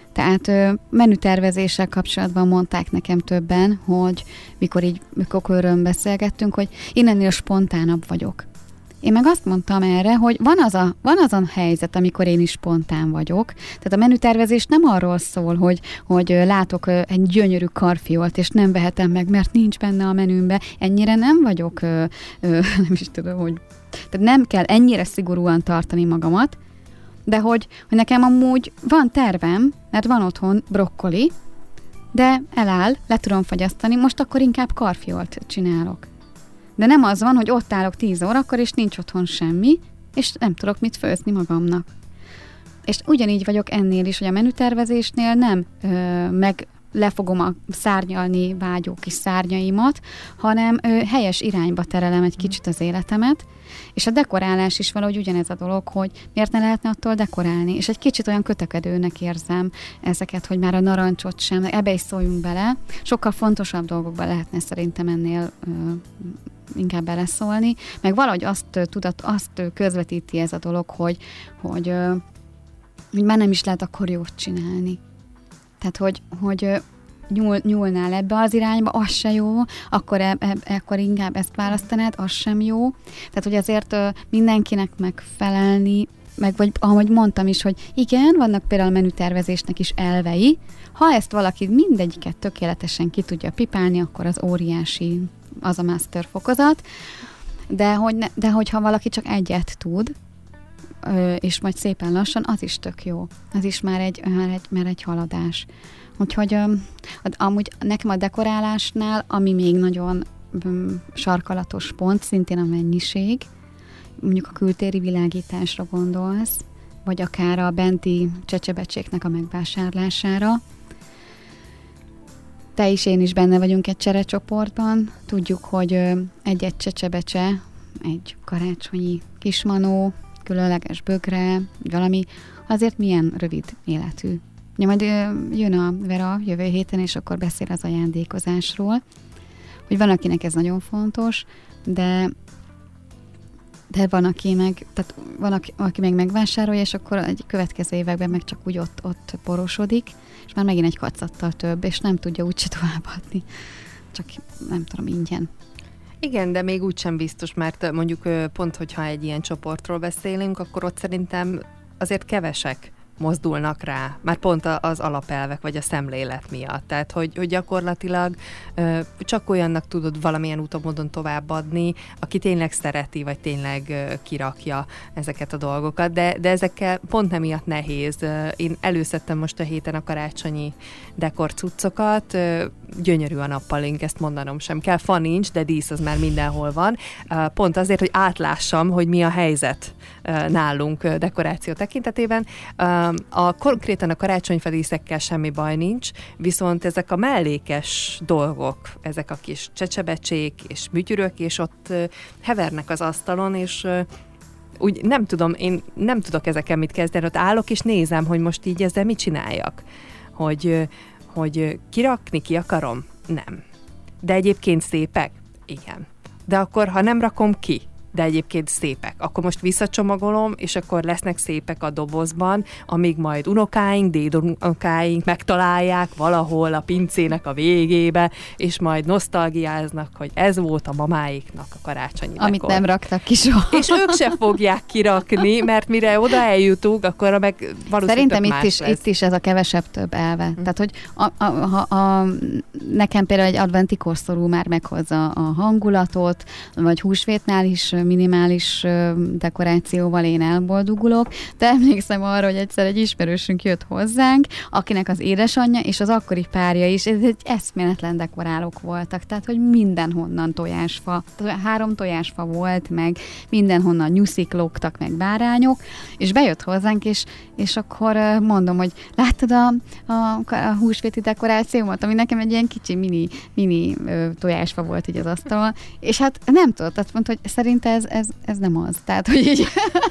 Tehát menütervezéssel kapcsolatban mondták nekem többen, hogy mikor így mikor körön beszélgettünk, hogy én ennél spontánabb vagyok. Én meg azt mondtam erre, hogy van az, a, van az a helyzet, amikor én is spontán vagyok. Tehát a menütervezés nem arról szól, hogy, hogy látok egy gyönyörű karfiolt, és nem vehetem meg, mert nincs benne a menümbe. Ennyire nem vagyok, nem is tudom, hogy... Tehát nem kell ennyire szigorúan tartani magamat, de hogy, hogy nekem amúgy van tervem, mert van otthon brokkoli, de eláll, le tudom fagyasztani, most akkor inkább karfiolt csinálok. De nem az van, hogy ott állok tíz órakor, és nincs otthon semmi, és nem tudok mit főzni magamnak. És ugyanígy vagyok ennél is, hogy a menütervezésnél nem ö, meg le fogom a szárnyalni vágyó kis szárnyaimat, hanem ö, helyes irányba terelem egy kicsit az életemet, és a dekorálás is valahogy ugyanez a dolog, hogy miért ne lehetne attól dekorálni, és egy kicsit olyan kötekedőnek érzem ezeket, hogy már a narancsot sem, ebbe is szóljunk bele, sokkal fontosabb dolgokban lehetne szerintem ennél ö, inkább beleszólni, meg valahogy azt tudat, azt közvetíti ez a dolog, hogy, hogy, hogy már nem is lehet akkor jót csinálni. Tehát, hogy, hogy nyúl, nyúlnál ebbe az irányba, az se jó, akkor, e, e, akkor inkább ezt választanád, az sem jó. Tehát, hogy azért mindenkinek megfelelni, meg vagy ahogy mondtam is, hogy igen, vannak például a menütervezésnek is elvei, ha ezt valaki mindegyiket tökéletesen ki tudja pipálni, akkor az óriási, az a master fokozat, de, hogy ne, de hogyha valaki csak egyet tud, és majd szépen lassan, az is tök jó. Az is már egy, már egy, már egy haladás. Úgyhogy amúgy nekem a dekorálásnál, ami még nagyon sarkalatos pont, szintén a mennyiség, mondjuk a kültéri világításra gondolsz, vagy akár a benti csecsebecséknek a megvásárlására. Te is, én is benne vagyunk egy cserecsoportban. Tudjuk, hogy egy-egy csecsebecse, egy karácsonyi kismanó, különleges bögre, valami, azért milyen rövid életű. Ja, majd jön a Vera jövő héten, és akkor beszél az ajándékozásról, hogy van, akinek ez nagyon fontos, de de van, aki meg, tehát van, aki, aki meg megvásárolja, és akkor egy következő években meg csak úgy ott, ott porosodik, és már megint egy kacattal több, és nem tudja úgyse továbbadni. Csak nem tudom, ingyen. Igen, de még úgysem biztos, mert mondjuk pont, hogyha egy ilyen csoportról beszélünk, akkor ott szerintem azért kevesek mozdulnak rá, már pont az alapelvek, vagy a szemlélet miatt. Tehát, hogy, hogy gyakorlatilag ö, csak olyannak tudod valamilyen úton módon továbbadni, aki tényleg szereti, vagy tényleg ö, kirakja ezeket a dolgokat, de, de ezekkel pont emiatt nehéz. Én előszedtem most a héten a karácsonyi dekor cuccokat, ö, gyönyörű a nappalink, ezt mondanom sem kell, fa nincs, de dísz az már mindenhol van. Pont azért, hogy átlássam, hogy mi a helyzet nálunk dekoráció tekintetében. A, konkrétan a karácsonyfadíszekkel semmi baj nincs, viszont ezek a mellékes dolgok, ezek a kis csecsebecsék és műtyürök, és ott hevernek az asztalon, és úgy nem tudom, én nem tudok ezekkel mit kezdeni, ott állok és nézem, hogy most így ezzel mit csináljak. Hogy, hogy kirakni ki akarom? Nem. De egyébként szépek? Igen. De akkor, ha nem rakom ki, de egyébként szépek. Akkor most visszacsomagolom, és akkor lesznek szépek a dobozban, amíg majd unokáink, dédunokáink megtalálják valahol a pincének a végébe, és majd nosztalgiáznak, hogy ez volt a mamáiknak a karácsonyi dekor. Amit nem raktak ki soha. És ők se fogják kirakni, mert mire oda eljutunk, akkor meg valószínűleg Szerintem itt más is, lesz. itt is ez a kevesebb több elve. Mm. Tehát, hogy a, a, a, a, nekem például egy adventi korszorú már meghozza a hangulatot, vagy húsvétnál is minimális dekorációval én elboldogulok, de emlékszem arra, hogy egyszer egy ismerősünk jött hozzánk, akinek az édesanyja és az akkori párja is, ez egy eszméletlen dekorálók voltak, tehát, hogy mindenhonnan tojásfa, három tojásfa volt, meg mindenhonnan nyuszik lógtak, meg bárányok, és bejött hozzánk, és, és akkor mondom, hogy láttad a, a, a húsvéti dekorációmat, ami nekem egy ilyen kicsi mini, mini tojásfa volt így az asztalon, és hát nem tudott, azt mondta, hogy szerint ez, ez, ez nem az. Tehát, hogy így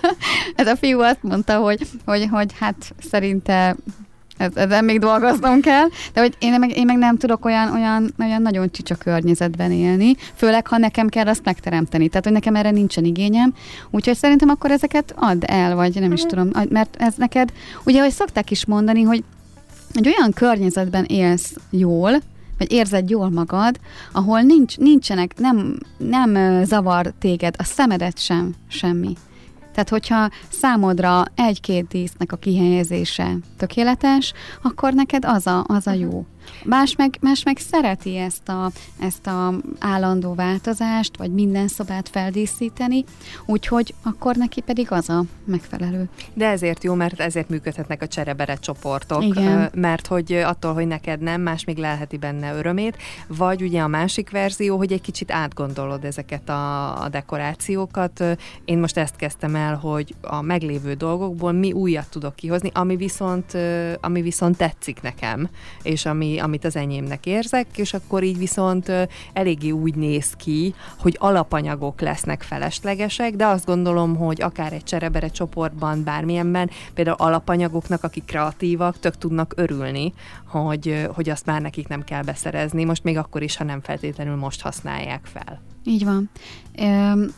ez a fiú azt mondta, hogy, hogy, hogy hát szerinte ez, ezzel még dolgoznom kell, de hogy én meg, én meg nem tudok olyan, olyan, olyan nagyon csicsa környezetben élni, főleg, ha nekem kell azt megteremteni. Tehát, hogy nekem erre nincsen igényem, úgyhogy szerintem akkor ezeket add el, vagy nem is tudom, mert ez neked, ugye, hogy szokták is mondani, hogy egy olyan környezetben élsz jól, vagy érzed jól magad, ahol nincs, nincsenek, nem, nem zavar téged, a szemedet sem, semmi. Tehát, hogyha számodra egy-két dísznek a kihelyezése tökéletes, akkor neked az a, az a jó. Más meg, más meg szereti ezt a, ezt a állandó változást, vagy minden szobát feldíszíteni, úgyhogy akkor neki pedig az a megfelelő. De ezért jó, mert ezért működhetnek a cserebere csoportok, igen. Mert hogy attól, hogy neked nem, más még lelheti benne örömét, vagy ugye a másik verzió, hogy egy kicsit átgondolod ezeket a, a dekorációkat. Én most ezt kezdtem el, hogy a meglévő dolgokból mi újat tudok kihozni, ami viszont, ami viszont tetszik nekem, és ami amit az enyémnek érzek, és akkor így viszont eléggé úgy néz ki, hogy alapanyagok lesznek feleslegesek, de azt gondolom, hogy akár egy cserebere csoportban, bármilyenben, például alapanyagoknak, akik kreatívak, tök tudnak örülni, hogy, hogy azt már nekik nem kell beszerezni, most még akkor is, ha nem feltétlenül most használják fel. Így van. Um...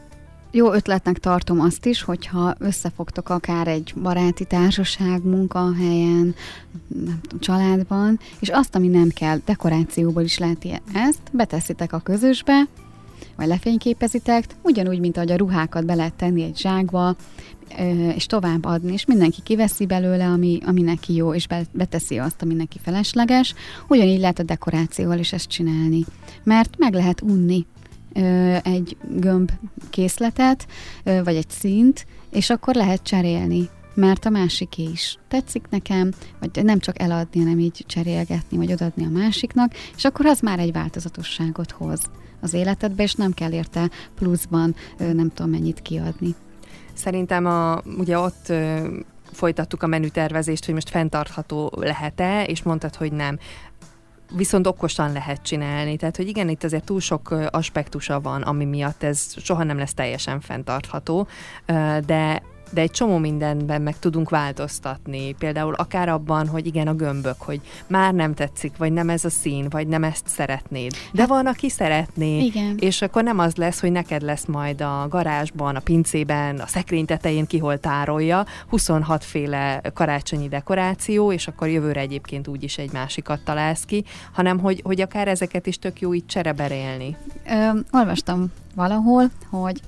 Jó ötletnek tartom azt is, hogyha összefogtok akár egy baráti társaság, munkahelyen, nem tudom, családban, és azt, ami nem kell, dekorációból is lehet ezt, beteszitek a közösbe, vagy lefényképezitek, ugyanúgy, mint ahogy a ruhákat be lehet tenni egy zsákba, és tovább adni, és mindenki kiveszi belőle, ami, ami neki jó, és beteszi azt, ami neki felesleges. Ugyanígy lehet a dekorációval is ezt csinálni, mert meg lehet unni. egy gömb készletet, vagy egy színt, és akkor lehet cserélni, mert a másiké is tetszik nekem, vagy nem csak eladni, hanem így cserélgetni, vagy odaadni a másiknak, és akkor az már egy változatosságot hoz az életedbe, és nem kell érte pluszban nem tudom mennyit kiadni. Szerintem a, ugye ott ö, folytattuk a menütervezést, hogy most fenntartható lehet-e, és mondtad, hogy nem. Viszont okosan lehet csinálni. Tehát, hogy igen, itt azért túl sok aspektusa van, ami miatt ez soha nem lesz teljesen fenntartható, de de egy csomó mindenben meg tudunk változtatni. Például akár abban, hogy igen, a gömbök, hogy már nem tetszik, vagy nem ez a szín, vagy nem ezt szeretnéd. De hát, van, aki szeretné, igen. És akkor nem az lesz, hogy neked lesz majd a garázsban, a pincében, a szekrény tetején kihol tárolja, huszonhat féle karácsonyi dekoráció, és akkor jövőre egyébként úgyis egy másikat találsz ki, hanem hogy, hogy akár ezeket is tök jó így csereberélni. Ö, olvastam valahol, hogy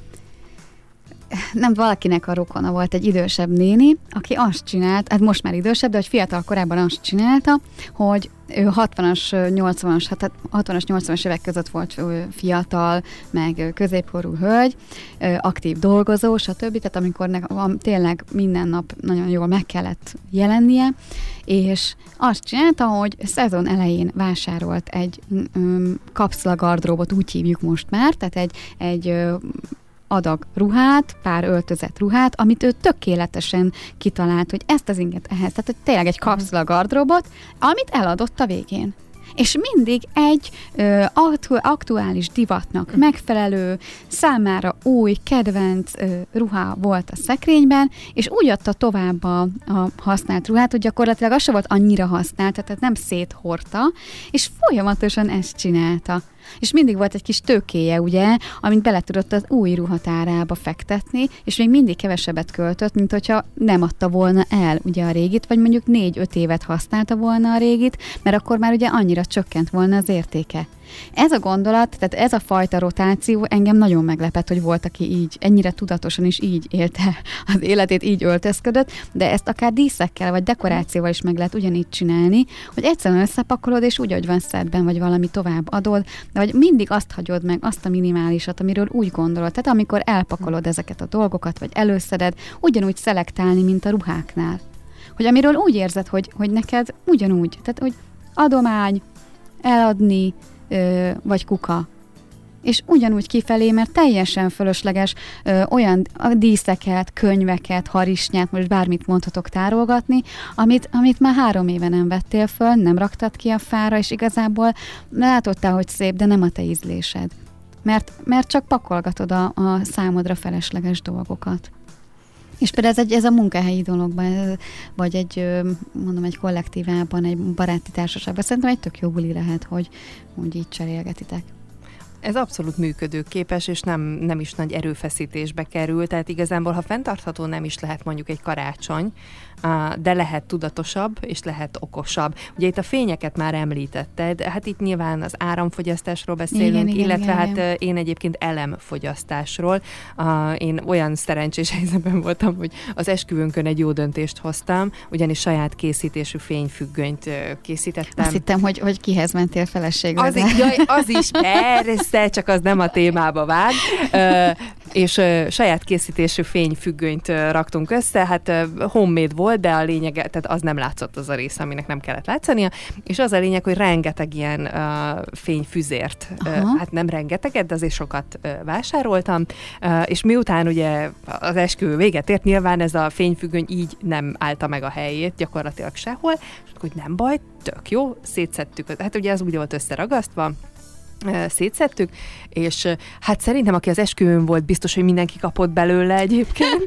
nem valakinek a rokona volt, egy idősebb néni, aki azt csinált, hát most már idősebb, de hogy fiatal korában azt csinálta, hogy ő hatvanas, nyolcvanas, hát hatvanas, nyolcvanas évek között volt fiatal, meg középkorú hölgy, aktív dolgozó, stb. Tehát amikor ne, tényleg minden nap nagyon jól meg kellett jelennie, és azt csinálta, hogy szezon elején vásárolt egy um, kapszulagardróbot, úgy hívjuk most már, tehát egy, egy adag ruhát, pár öltözett ruhát, amit ő tökéletesen kitalált, hogy ezt az inget ehhez, tehát tényleg egy kapszula gardróbot, amit eladott a végén. És mindig egy ö, aktu- aktuális divatnak megfelelő, számára új, kedvenc ö, ruha volt a szekrényben, és úgy adta tovább a, a használt ruhát, hogy gyakorlatilag az se volt annyira használt, tehát nem széthordta, és folyamatosan ezt csinálta. És mindig volt egy kis tőkéje, ugye, amit bele tudott az új ruhatárába fektetni, és még mindig kevesebbet költött, mint hogyha nem adta volna el ugye a régit, vagy mondjuk négy-öt évet használta volna a régit, mert akkor már ugye annyira csökkent volna az értéke. Ez a gondolat, tehát ez a fajta rotáció engem nagyon meglepett, hogy volt, aki így, ennyire tudatosan is így élte az életét, így öltözködött, de ezt akár díszekkel vagy dekorációval is meg lehet ugyanígy csinálni, hogy egyszerűen összepakolod, és úgy, hogy van szedben, vagy valami tovább adod, de hogy mindig azt hagyod meg, azt a minimálisat, amiről úgy gondolod. Tehát amikor elpakolod ezeket a dolgokat, vagy előszeded, ugyanúgy szelektálni, mint a ruháknál. Hogy amiről úgy érzed, hogy, hogy neked ugyanúgy, tehát hogy adomány, eladni, vagy kuka. És ugyanúgy kifelé, mert teljesen fölösleges ö, olyan díszeket, könyveket, harisnyát, most bármit mondhatok tárolgatni, amit, amit már három éve nem vettél föl, nem raktad ki a fára, és igazából látottál, hogy szép, de nem a te ízlésed. Mert, mert csak pakolgatod a, a számodra felesleges dolgokat. És például ez, egy, ez a munkahelyi dologban, vagy egy, mondom, egy kollektívában, egy baráti társaságban, szerintem egy tök jó buli lehet, hogy, hogy így cserélgetitek. Ez abszolút működőképes, és nem, nem is nagy erőfeszítésbe kerül, tehát igazából, ha fenntartható nem is lehet mondjuk egy karácsony, de lehet tudatosabb, és lehet okosabb. Ugye itt a fényeket már említetted, hát itt nyilván az áramfogyasztásról beszélünk, igen, illetve igen, hát igen. Én egyébként elemfogyasztásról. Én olyan szerencsés helyzetben voltam, hogy az esküvőnkön egy jó döntést hoztam, ugyanis saját készítésű fényfüggönyt készítettem. Azt hittem, hogy, hogy kihez mentél feleségre. Az, jaj, az is persze, csak az nem a témába vág. És uh, saját készítésű fényfüggönyt uh, raktunk össze, hát uh, homemade volt, de a lényeg, tehát az nem látszott az a rész, aminek nem kellett látszania, és az a lényeg, hogy rengeteg ilyen uh, fényfüzért, uh, hát nem rengeteget, de azért sokat uh, vásároltam, uh, és miután ugye az esküvő véget ért, nyilván ez a fényfüggöny így nem állta meg a helyét, gyakorlatilag sehol, és hogy nem baj, tök jó, szétszedtük, hát ugye az úgy volt összeragasztva, szétszedtük, és hát szerintem, aki az esküvőn volt, biztos, hogy mindenki kapott belőle egyébként,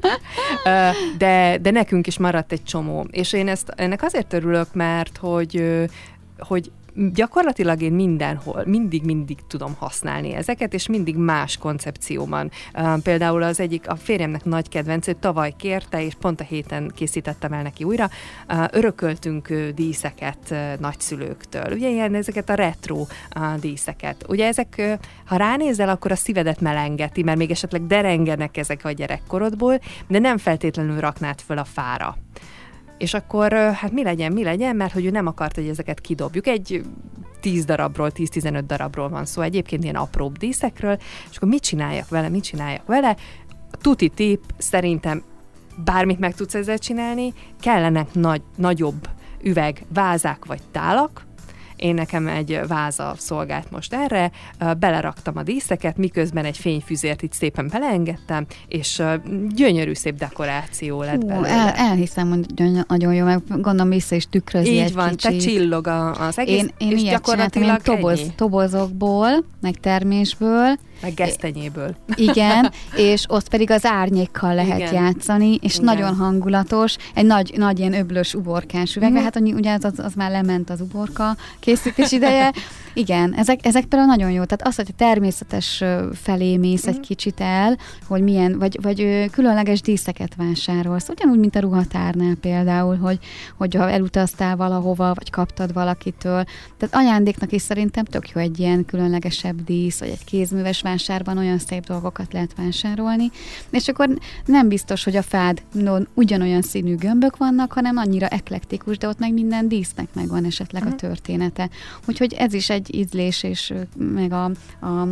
de, de nekünk is maradt egy csomó. És én ezt, ennek azért örülök, mert hogy, hogy gyakorlatilag én mindenhol, mindig-mindig tudom használni ezeket, és mindig más koncepcióban. Uh, például az egyik, a férjemnek nagy kedvenc, ő tavaly kérte, és pont a héten készítettem el neki újra, uh, örököltünk uh, díszeket uh, nagyszülőktől. Ugye ilyen ezeket a retro uh, díszeket. Ugye ezek, uh, ha ránézel, akkor a szívedet melengeti, mert még esetleg derengenek ezek a gyerekkorodból, de nem feltétlenül raknád föl a fára. És akkor hát mi legyen, mi legyen, mert hogy ő nem akart, hogy ezeket kidobjuk. Egy tíz darabról, tíz-tizenöt darabról van szó, egyébként ilyen apróbb díszekről, és akkor mit csináljak vele, mit csináljak vele? A tuti tip szerintem bármit meg tudsz ezzel csinálni, kellenek nagy, nagyobb üveg, vázák vagy tálak. Én nekem egy váza szolgált most erre, beleraktam a díszeket, miközben egy fényfüzért itt szépen beleengedtem, és gyönyörű szép dekoráció lett Hú, belőle. El, elhiszem, hogy nagyon jó, meg gondolom vissza is tükrözi Így egy van, kicsit. te csillog az egész, Én, én és ilyet gyakorlatilag csináltam, toboz, tobozokból, meg termésből. Meg gesztenyéből. Igen, és ott pedig az árnyékkal lehet Igen. játszani, és Igen. nagyon hangulatos, egy nagy, nagy ilyen öblös uborkás üvegbe, Mhm. hát ugye az, az már lement az uborka készítés ideje. Igen, ezek, ezek például nagyon jó. Tehát az, hogy a természetes ö, felé mész egy Mhm. kicsit el, hogy milyen, vagy, vagy ö, különleges díszeket vásárolsz. Ugyanúgy, mint a ruhatárnál például, hogy, hogy ha elutaztál valahova, vagy kaptad valakitől. Tehát ajándéknak is szerintem tök jó egy ilyen különlegesebb dísz, vagy egy kézműves vásárban olyan szép dolgokat lehet vásárolni. És akkor nem biztos, hogy a fád no, ugyanolyan színű gömbök vannak, hanem annyira eklektikus, de ott meg minden dísznek megvan esetleg Mhm. a története. Úgyhogy ez is egy ízlés, és ö, meg a, a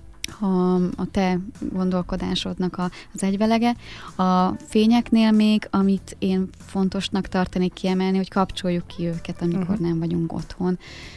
a, a te gondolkodásodnak a, az egyvelege. A fényeknél még, amit én fontosnak tartanék kiemelni, hogy kapcsoljuk ki őket, amikor Uh-huh. nem vagyunk otthon.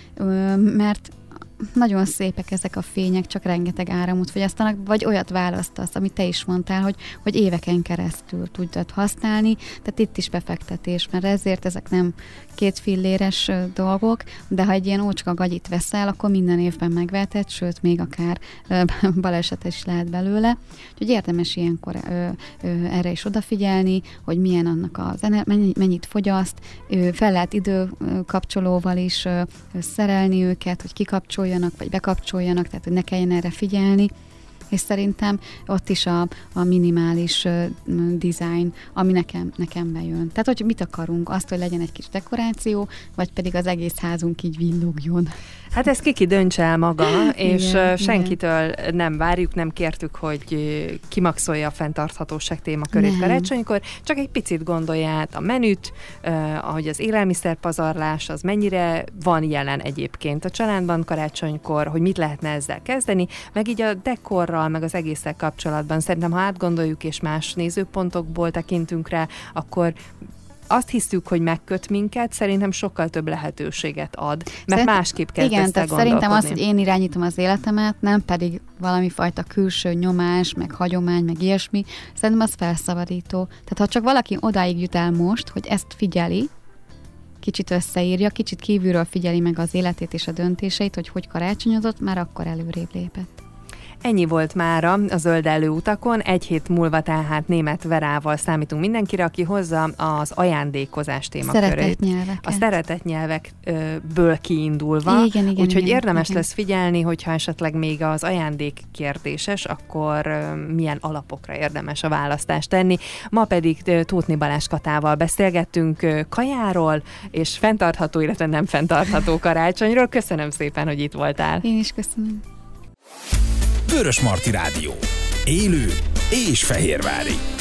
Ö, mert nagyon szépek ezek a fények, csak rengeteg áramot fogyasztanak, vagy olyat választasz, amit te is mondtál, hogy, hogy éveken keresztül tudod használni, tehát itt is befektetés, mert ezért ezek nem két filléres ö, dolgok, de ha egy ilyen ócska gagyit veszel, akkor minden évben megveheted, sőt, még akár ö, baleset is lehet belőle. Úgyhogy érdemes ilyenkor ö, ö, erre is odafigyelni, hogy milyen annak az ener- mennyi, mennyit fogyaszt, ö, fel lehet időkapcsolóval is ö, ö, szerelni őket, hogy kikapcsoljanak, vagy bekapcsoljanak, tehát hogy ne kelljen erre figyelni. És szerintem ott is a, a minimális uh, design, ami nekem, nekem bejön. Tehát, hogy mit akarunk? Azt, hogy legyen egy kis dekoráció, vagy pedig az egész házunk így villogjon. Hát ezt kiki döntse el maga, és Igen, igen, senkitől igen. nem várjuk, nem kértük, hogy kimaxolja a fenntarthatóság témakörét Nem. karácsonykor, csak egy picit gondolja át a menüt, eh, ahogy az élelmiszerpazarlás, az mennyire van jelen egyébként a családban karácsonykor, hogy mit lehetne ezzel kezdeni, meg így a dekorral, meg az egésszel kapcsolatban. Szerintem, ha átgondoljuk és más nézőpontokból tekintünk rá, akkor azt hiszük, hogy megköt minket, szerintem sokkal több lehetőséget ad, mert Szerint, másképp kezdesz igen, el tehát gondolkodni. szerintem az, hogy én irányítom az életemet, nem pedig valami fajta külső nyomás, meg hagyomány, meg ilyesmi, szerintem az felszabadító. Tehát ha csak valaki odáig jut el most, hogy ezt figyeli, kicsit összeírja, kicsit kívülről figyeli meg az életét és a döntéseit, hogy hogy karácsonyozott, már akkor előrébb lépett. Ennyi volt mára a Zöld utakon, egy hét múlva tehát Németh Verával számítunk mindenkire, aki hozza az ajándékozás témakörét. Szeretett nyelveket. A szeretett nyelvekből kiindulva, Igen, igen, úgyhogy igen, érdemes igen. lesz figyelni, hogyha esetleg még az ajándék kérdéses, akkor milyen alapokra érdemes a választást tenni. Ma pedig Tótni Balázs Katával beszélgettünk kajáról, és fenntartható, illetve nem fenntartható karácsonyról. Köszönöm szépen, hogy itt voltál. Én is köszönöm. Vörösmarty Rádió. Élő és fehérvári.